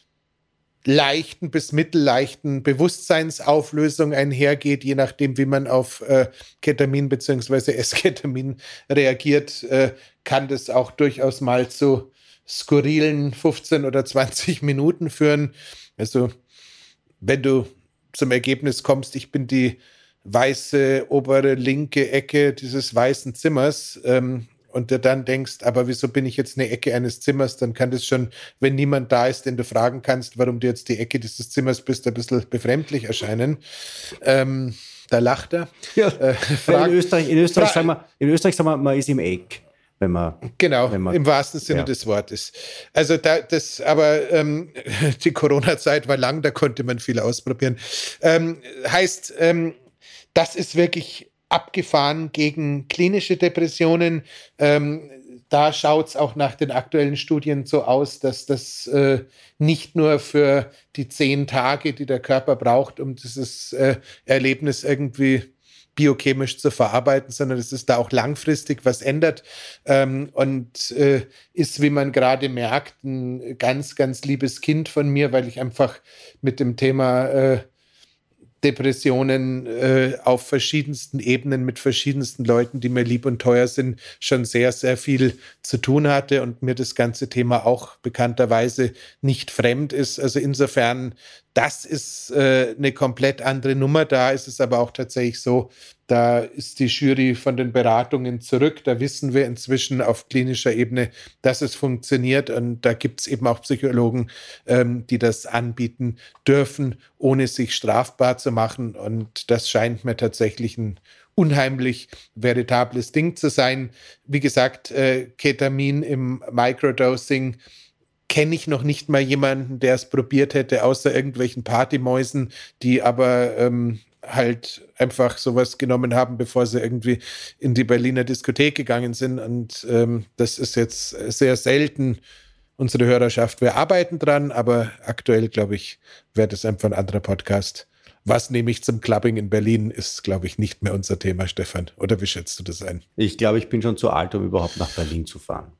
leichten bis mittelleichten Bewusstseinsauflösung einhergeht, je nachdem, wie man auf äh, Ketamin bzw. Esketamin reagiert, äh, kann das auch durchaus mal zu skurrilen fünfzehn oder zwanzig Minuten führen. Also wenn du zum Ergebnis kommst, ich bin die weiße obere linke Ecke dieses weißen Zimmers, ähm, und du dann denkst, aber wieso bin ich jetzt eine Ecke eines Zimmers, dann kann das schon, wenn niemand da ist, den du fragen kannst, warum du jetzt die Ecke dieses Zimmers bist, ein bisschen befremdlich erscheinen. Ähm, da lacht er. Ja, äh, frag, in Österreich, in Österreich, sagen wir, in Österreich sagen wir, man ist im Eck. Wenn man, genau, wenn man, im wahrsten Sinne ja. des Wortes. Also da, das, aber ähm, die Corona-Zeit war lang, da konnte man viel ausprobieren. Ähm, heißt, ähm, das ist wirklich abgefahren gegen klinische Depressionen. Ähm, da schaut es auch nach den aktuellen Studien so aus, dass das äh, nicht nur für die zehn Tage, die der Körper braucht, um dieses äh, Erlebnis irgendwie biochemisch zu verarbeiten, sondern dass es da auch langfristig was ändert ähm, und äh, ist, wie man gerade merkt, ein ganz, ganz liebes Kind von mir, weil ich einfach mit dem Thema äh, Depressionen äh, auf verschiedensten Ebenen mit verschiedensten Leuten, die mir lieb und teuer sind, schon sehr, sehr viel zu tun hatte und mir das ganze Thema auch bekannterweise nicht fremd ist. Also insofern, das ist äh, eine komplett andere Nummer. Da ist es aber auch tatsächlich so, da ist die Jury von den Beratungen zurück. Da wissen wir inzwischen auf klinischer Ebene, dass es funktioniert. Und da gibt es eben auch Psychologen, ähm, die das anbieten dürfen, ohne sich strafbar zu machen. Und das scheint mir tatsächlich ein unheimlich veritables Ding zu sein. Wie gesagt, äh, Ketamin im Microdosing kenne ich noch nicht mal jemanden, der es probiert hätte, außer irgendwelchen Partymäusen, die aber ähm, halt einfach sowas genommen haben, bevor sie irgendwie in die Berliner Diskothek gegangen sind. Und ähm, das ist jetzt sehr selten unsere Hörerschaft. Wir arbeiten dran, aber aktuell, glaube ich, wäre das einfach ein anderer Podcast. Was nehme ich zum Clubbing in Berlin, ist, glaube ich, nicht mehr unser Thema, Stefan. Oder wie schätzt du das ein? Ich glaube, ich bin schon zu alt, um überhaupt nach Berlin zu fahren.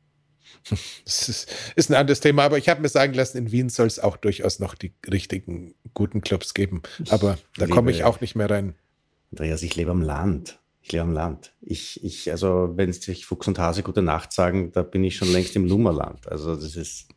Das ist, ist ein anderes Thema, aber ich habe mir sagen lassen, in Wien soll es auch durchaus noch die richtigen, guten Clubs geben. Aber ich da komme ich auch nicht mehr rein. Andreas, ich lebe am Land. Ich lebe am Land. Ich, ich, also, wenn sich Fuchs und Hase gute Nacht sagen, da bin ich schon längst im Lummerland. Also, das ist.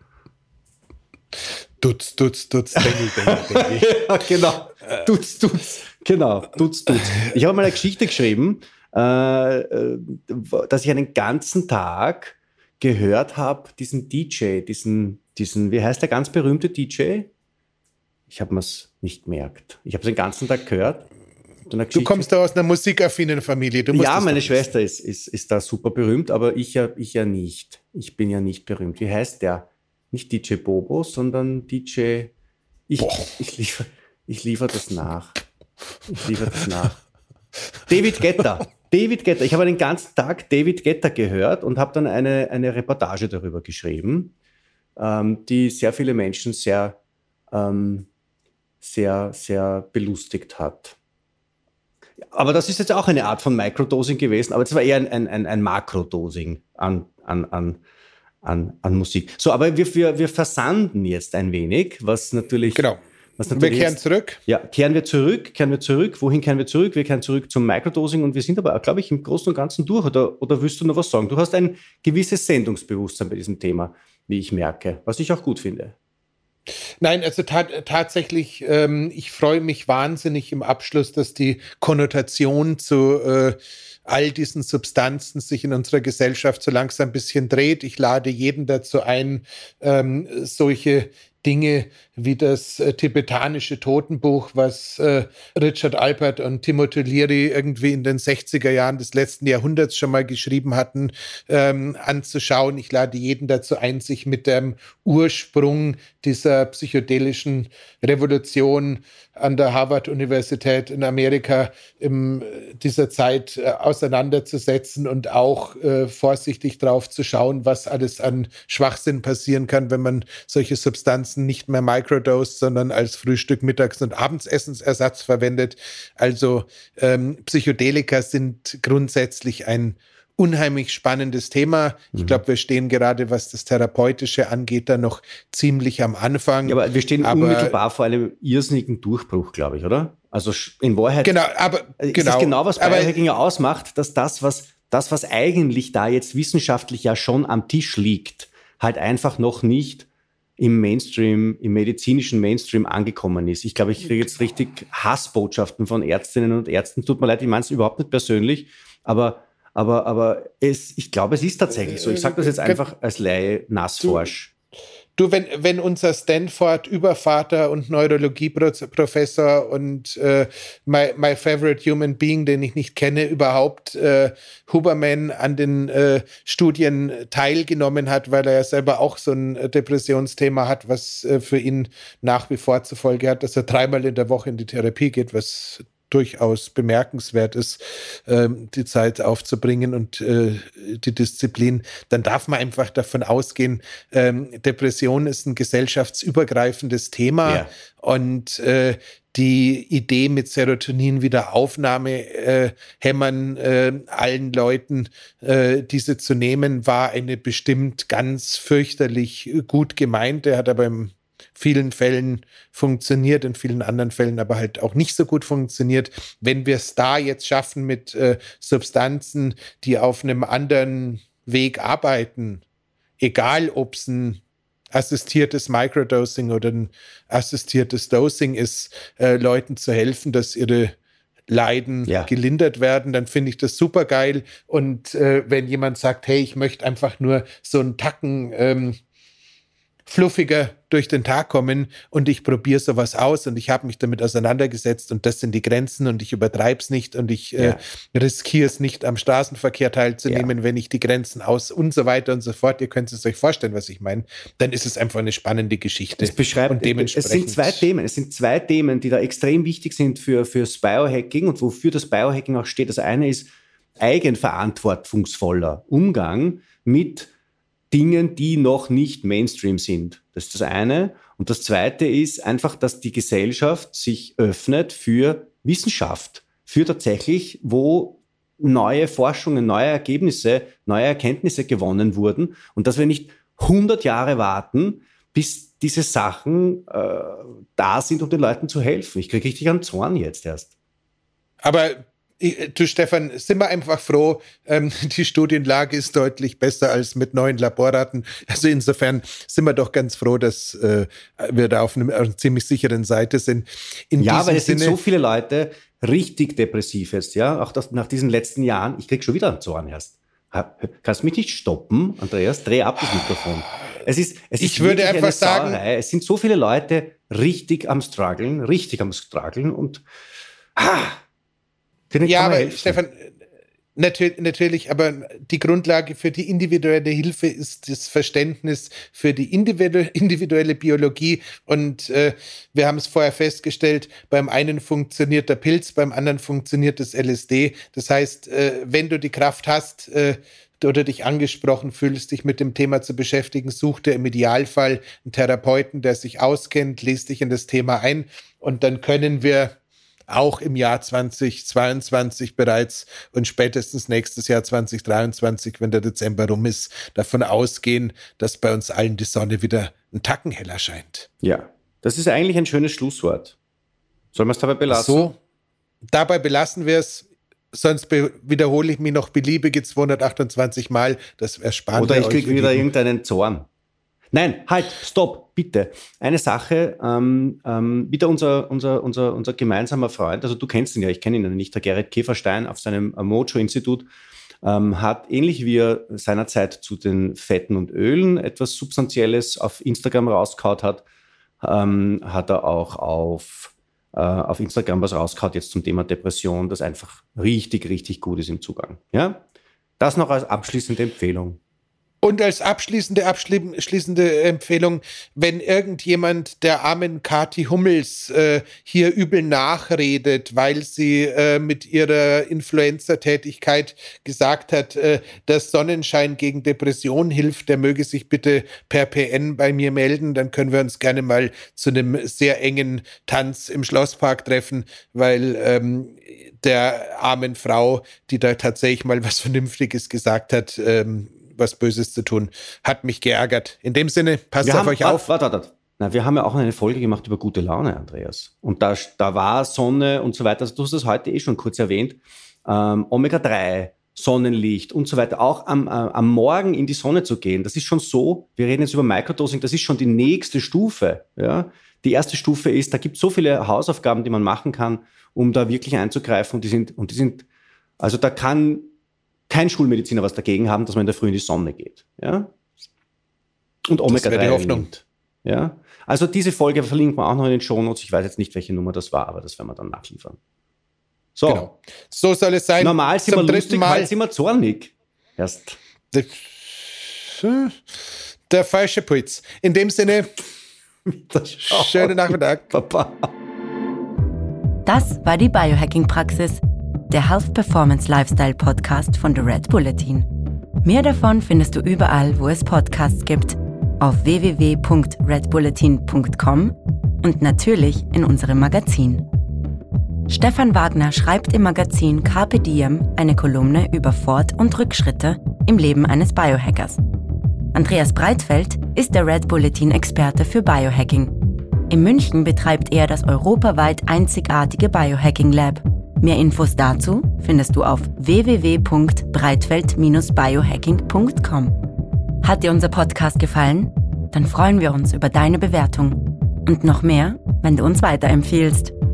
Dutz, Dutz, Dutz, Dengel, Dengel, Dengel. Ja, genau. Dutz, Dutz. Genau. Dutz, Dutz. Ich habe mal eine Geschichte geschrieben, äh, dass ich einen ganzen Tag gehört habe, diesen D J, diesen, diesen, wie heißt der ganz berühmte D J? Ich habe mir es nicht gemerkt. Ich habe es den ganzen Tag gehört. Du kommst da aus einer musikaffinen Familie. Du musst ja, meine Schwester ist, ist, ist da super berühmt, aber ich ja, ich ja nicht. Ich bin ja nicht berühmt. Wie heißt der? Nicht D J Bobo, sondern D J... Ich, ich liefere ich liefer das nach. Ich liefere das nach. David Guetta. David Guetta. Ich habe den ganzen Tag David Guetta gehört und habe dann eine, eine Reportage darüber geschrieben, ähm, die sehr viele Menschen sehr, ähm, sehr, sehr belustigt hat. Aber das ist jetzt auch eine Art von Microdosing gewesen, aber es war eher ein, ein, ein, ein Makrodosing an, an, an, an, an Musik. So, aber wir, wir, wir versanden jetzt ein wenig, was natürlich... Genau. Was natürlich wir kehren jetzt, zurück. Ja, kehren wir zurück, kehren wir zurück. Wohin kehren wir zurück? Wir kehren zurück zum Microdosing und wir sind aber, glaube ich, im Großen und Ganzen durch. Oder, oder willst du noch was sagen? Du hast ein gewisses Sendungsbewusstsein bei diesem Thema, wie ich merke, was ich auch gut finde. Nein, also ta- tatsächlich, ähm, ich freue mich wahnsinnig im Abschluss, dass die Konnotation zu äh, all diesen Substanzen sich in unserer Gesellschaft so langsam ein bisschen dreht. Ich lade jeden dazu ein, ähm, solche Dinge wie das äh, tibetanische Totenbuch, was äh, Richard Alpert und Timothy Leary irgendwie in den sechziger Jahren des letzten Jahrhunderts schon mal geschrieben hatten, ähm, anzuschauen. Ich lade jeden dazu ein, sich mit dem Ursprung dieser psychedelischen Revolution an der Harvard-Universität in Amerika in dieser Zeit äh, auseinanderzusetzen und auch äh, vorsichtig drauf zu schauen, was alles an Schwachsinn passieren kann, wenn man solche Substanzen nicht mehr microdose, sondern als Frühstück-, Mittags- und Abendsessensersatz verwendet. Also ähm, Psychedelika sind grundsätzlich ein unheimlich spannendes Thema. Ich glaube, wir stehen gerade, was das Therapeutische angeht, da noch ziemlich am Anfang. Ja, aber wir stehen aber unmittelbar vor einem irrsinnigen Durchbruch, glaube ich, oder? Also in Wahrheit genau, aber, ist genau, es genau, was aber, Biohacking ja ausmacht, dass das was, das, was eigentlich da jetzt wissenschaftlich ja schon am Tisch liegt, halt einfach noch nicht im Mainstream, im medizinischen Mainstream angekommen ist. Ich glaube, ich kriege jetzt richtig Hassbotschaften von Ärztinnen und Ärzten. Tut mir leid, ich meine es überhaupt nicht persönlich, aber, aber, aber es, ich glaube, es ist tatsächlich so. Ich sage das jetzt einfach als Laie nassforsch. Du, wenn, wenn unser Stanford-Übervater und Neurologieprofessor und äh, my, my favorite human being, den ich nicht kenne, überhaupt äh, Huberman an den äh, Studien teilgenommen hat, weil er ja selber auch so ein Depressionsthema hat, was äh, für ihn nach wie vor zur Folge hat, dass er dreimal in der Woche in die Therapie geht, was durchaus bemerkenswert ist, ähm, die Zeit aufzubringen und äh, die Disziplin, dann darf man einfach davon ausgehen, ähm, Depression ist ein gesellschaftsübergreifendes Thema ja. und äh, die Idee mit Serotonin-Wiederaufnahme äh, hämmern äh, allen Leuten, äh, diese zu nehmen, war eine bestimmt ganz fürchterlich gut gemeinte, hat aber im vielen Fällen funktioniert, in vielen anderen Fällen aber halt auch nicht so gut funktioniert. Wenn wir es da jetzt schaffen mit äh, Substanzen, die auf einem anderen Weg arbeiten, egal ob es ein assistiertes Microdosing oder ein assistiertes Dosing ist, äh, Leuten zu helfen, dass ihre Leiden ja. gelindert werden, dann finde ich das super geil. Und äh, wenn jemand sagt, hey, ich möchte einfach nur so einen Tacken ähm, fluffiger durch den Tag kommen und ich probiere sowas aus und ich habe mich damit auseinandergesetzt und das sind die Grenzen und ich übertreibe es nicht und ich ja. äh, riskiere es nicht, am Straßenverkehr teilzunehmen, ja. wenn ich die Grenzen aus und so weiter und so fort. Ihr könnt es euch vorstellen, was ich meine. Dann ist es einfach eine spannende Geschichte. Es beschreibt, und dementsprechend es sind zwei Themen, es sind zwei Themen, die da extrem wichtig sind für, fürs Biohacking und wofür das Biohacking auch steht. Das eine ist eigenverantwortungsvoller Umgang mit Dingen, die noch nicht Mainstream sind. Das ist das eine. Und das zweite ist einfach, dass die Gesellschaft sich öffnet für Wissenschaft, für tatsächlich, wo neue Forschungen, neue Ergebnisse, neue Erkenntnisse gewonnen wurden und dass wir nicht hundert Jahre warten, bis diese Sachen äh, da sind, um den Leuten zu helfen. Ich kriege richtig einen Zorn jetzt erst. Aber du, Stefan, sind wir einfach froh, ähm, die Studienlage ist deutlich besser als mit neuen Laborraten. Also insofern sind wir doch ganz froh, dass äh, wir da auf, einem, auf einer ziemlich sicheren Seite sind. In ja, weil es Sinne, sind so viele Leute richtig depressiv jetzt, ja, auch das, nach diesen letzten Jahren. Ich krieg schon wieder einen Zorn erst. Kannst du mich nicht stoppen, Andreas? Dreh ab das Mikrofon. Es ist, es ich ist würde einfach sagen, Sauerei. Es sind so viele Leute richtig am struggeln, richtig am struggeln und ah, Ja, aber helfen. Stefan, natür- natürlich, aber die Grundlage für die individuelle Hilfe ist das Verständnis für die individu- individuelle Biologie. Und äh, wir haben es vorher festgestellt, beim einen funktioniert der Pilz, beim anderen funktioniert das L S D. Das heißt, äh, wenn du die Kraft hast, äh, oder dich angesprochen fühlst, dich mit dem Thema zu beschäftigen, such dir im Idealfall einen Therapeuten, der sich auskennt, lest dich in das Thema ein und dann können wir auch im Jahr zweitausendzweiundzwanzig bereits und spätestens nächstes Jahr zweitausenddreiundzwanzig, wenn der Dezember rum ist, davon ausgehen, dass bei uns allen die Sonne wieder einen Tacken heller scheint. Ja, das ist eigentlich ein schönes Schlusswort. Sollen wir es dabei belassen? So, dabei belassen wir es. Sonst be- wiederhole ich mich noch beliebige zweihundertachtundzwanzig Mal. Das erspart Oder ich kriege wieder irgendeinen Zorn. Nein, halt, stopp, bitte. Eine Sache, ähm, ähm, wieder unser, unser, unser, unser gemeinsamer Freund, also du kennst ihn ja, ich kenne ihn ja nicht, der Gerrit Käferstein auf seinem Mojo-Institut, ähm, hat ähnlich wie er seinerzeit zu den Fetten und Ölen etwas Substanzielles auf Instagram rausgehauen hat, ähm, hat er auch auf auf Instagram was rausgehauen jetzt zum Thema Depression, das einfach richtig, richtig gut ist im Zugang. Ja? Das noch als abschließende Empfehlung. Und als abschließende, abschließende Empfehlung, wenn irgendjemand der armen Kathi Hummels äh, hier übel nachredet, weil sie äh, mit ihrer Influencer-Tätigkeit gesagt hat, äh, dass Sonnenschein gegen Depression hilft, der möge sich bitte per P N bei mir melden, dann können wir uns gerne mal zu einem sehr engen Tanz im Schlosspark treffen, weil ähm, der armen Frau, die da tatsächlich mal was Vernünftiges gesagt hat, ähm, was Böses zu tun, hat mich geärgert. In dem Sinne, passt wir auf haben, euch wart, auf. Warte, warte. Na, wir haben ja auch eine Folge gemacht über gute Laune, Andreas. Und da, da war Sonne und so weiter. Also du hast das heute eh schon kurz erwähnt. Ähm, Omega drei, Sonnenlicht und so weiter. Auch am, äh, am Morgen in die Sonne zu gehen. Das ist schon so, wir reden jetzt über Microdosing, das ist schon die nächste Stufe. Ja? Die erste Stufe ist, da gibt es so viele Hausaufgaben, die man machen kann, um da wirklich einzugreifen. Und die sind, und die sind, also da kann kein Schulmediziner was dagegen haben, dass man in der Früh in die Sonne geht. Ja? Und Omega drei nimmt. Ja? Also diese Folge verlinken wir auch noch in den Shownotes. Ich weiß jetzt nicht, welche Nummer das war, aber das werden wir dann nachliefern. So, genau. So soll es sein. Normal sind wir lustig, heute sind wir zornig. Erst. Der, der falsche Puls. In dem Sinne, schönen Nachmittag. Papa. Das war die Biohacking-Praxis, der Health Performance Lifestyle Podcast von The Red Bulletin. Mehr davon findest du überall, wo es Podcasts gibt, auf w w w punkt red bulletin punkt com und natürlich in unserem Magazin. Stefan Wagner schreibt im Magazin Carpe Diem eine Kolumne über Fort- und Rückschritte im Leben eines Biohackers. Andreas Breitfeld ist der Red Bulletin-Experte für Biohacking. In München betreibt er das europaweit einzigartige Biohacking Lab. Mehr Infos dazu findest du auf w w w punkt breitfeld dash biohacking punkt com. Hat dir unser Podcast gefallen? Dann freuen wir uns über deine Bewertung. Und noch mehr, wenn du uns weiterempfiehlst.